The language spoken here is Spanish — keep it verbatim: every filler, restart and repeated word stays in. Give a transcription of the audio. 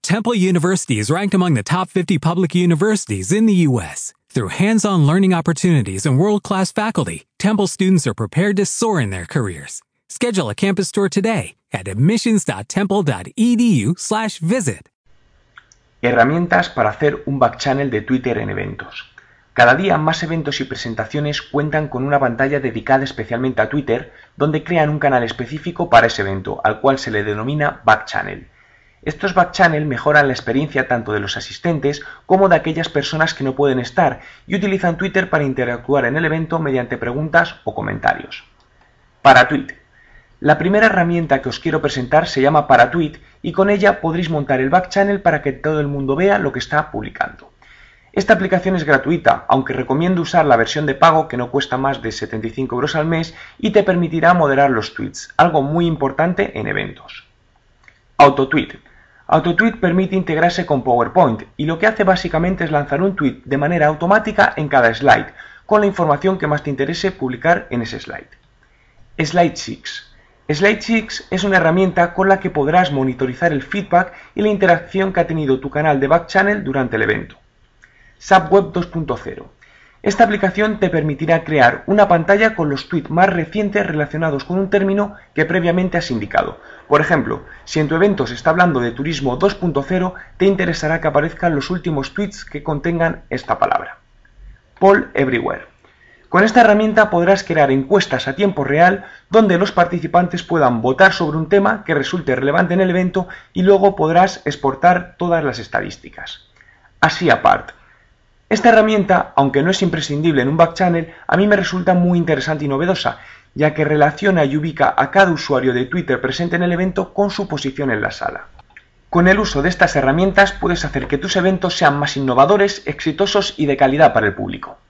Temple University is ranked among the top fifty public universities in the U S Through hands-on learning opportunities and world-class faculty, Temple students are prepared to soar in their careers. Schedule a campus tour today at admissions.temple.edu slash visit. Herramientas para hacer un backchannel de Twitter en eventos. Cada día más eventos y presentaciones cuentan con una pantalla dedicada especialmente a Twitter, donde crean un canal específico para ese evento, al cual se le denomina backchannel. Estos backchannel mejoran la experiencia tanto de los asistentes como de aquellas personas que no pueden estar y utilizan Twitter para interactuar en el evento mediante preguntas o comentarios. Paratweet. La primera herramienta que os quiero presentar se llama Paratweet y con ella podréis montar el backchannel para que todo el mundo vea lo que está publicando. Esta aplicación es gratuita, aunque recomiendo usar la versión de pago que no cuesta más de setenta y cinco euros al mes y te permitirá moderar los tweets, algo muy importante en eventos. Autotweet. Autotweet permite integrarse con PowerPoint y lo que hace básicamente es lanzar un tweet de manera automática en cada slide, con la información que más te interese publicar en ese slide. SlideSix. SlideSix es una herramienta con la que podrás monitorizar el feedback y la interacción que ha tenido tu canal de backchannel durante el evento. Subweb dos punto cero. Esta aplicación te permitirá crear una pantalla con los tweets más recientes relacionados con un término que previamente has indicado. Por ejemplo, si en tu evento se está hablando de turismo dos punto cero, te interesará que aparezcan los últimos tweets que contengan esta palabra. Poll Everywhere. Con esta herramienta podrás crear encuestas a tiempo real donde los participantes puedan votar sobre un tema que resulte relevante en el evento y luego podrás exportar todas las estadísticas. Así aparte. Esta herramienta, aunque no es imprescindible en un backchannel, a mí me resulta muy interesante y novedosa, ya que relaciona y ubica a cada usuario de Twitter presente en el evento con su posición en la sala. Con el uso de estas herramientas puedes hacer que tus eventos sean más innovadores, exitosos y de calidad para el público.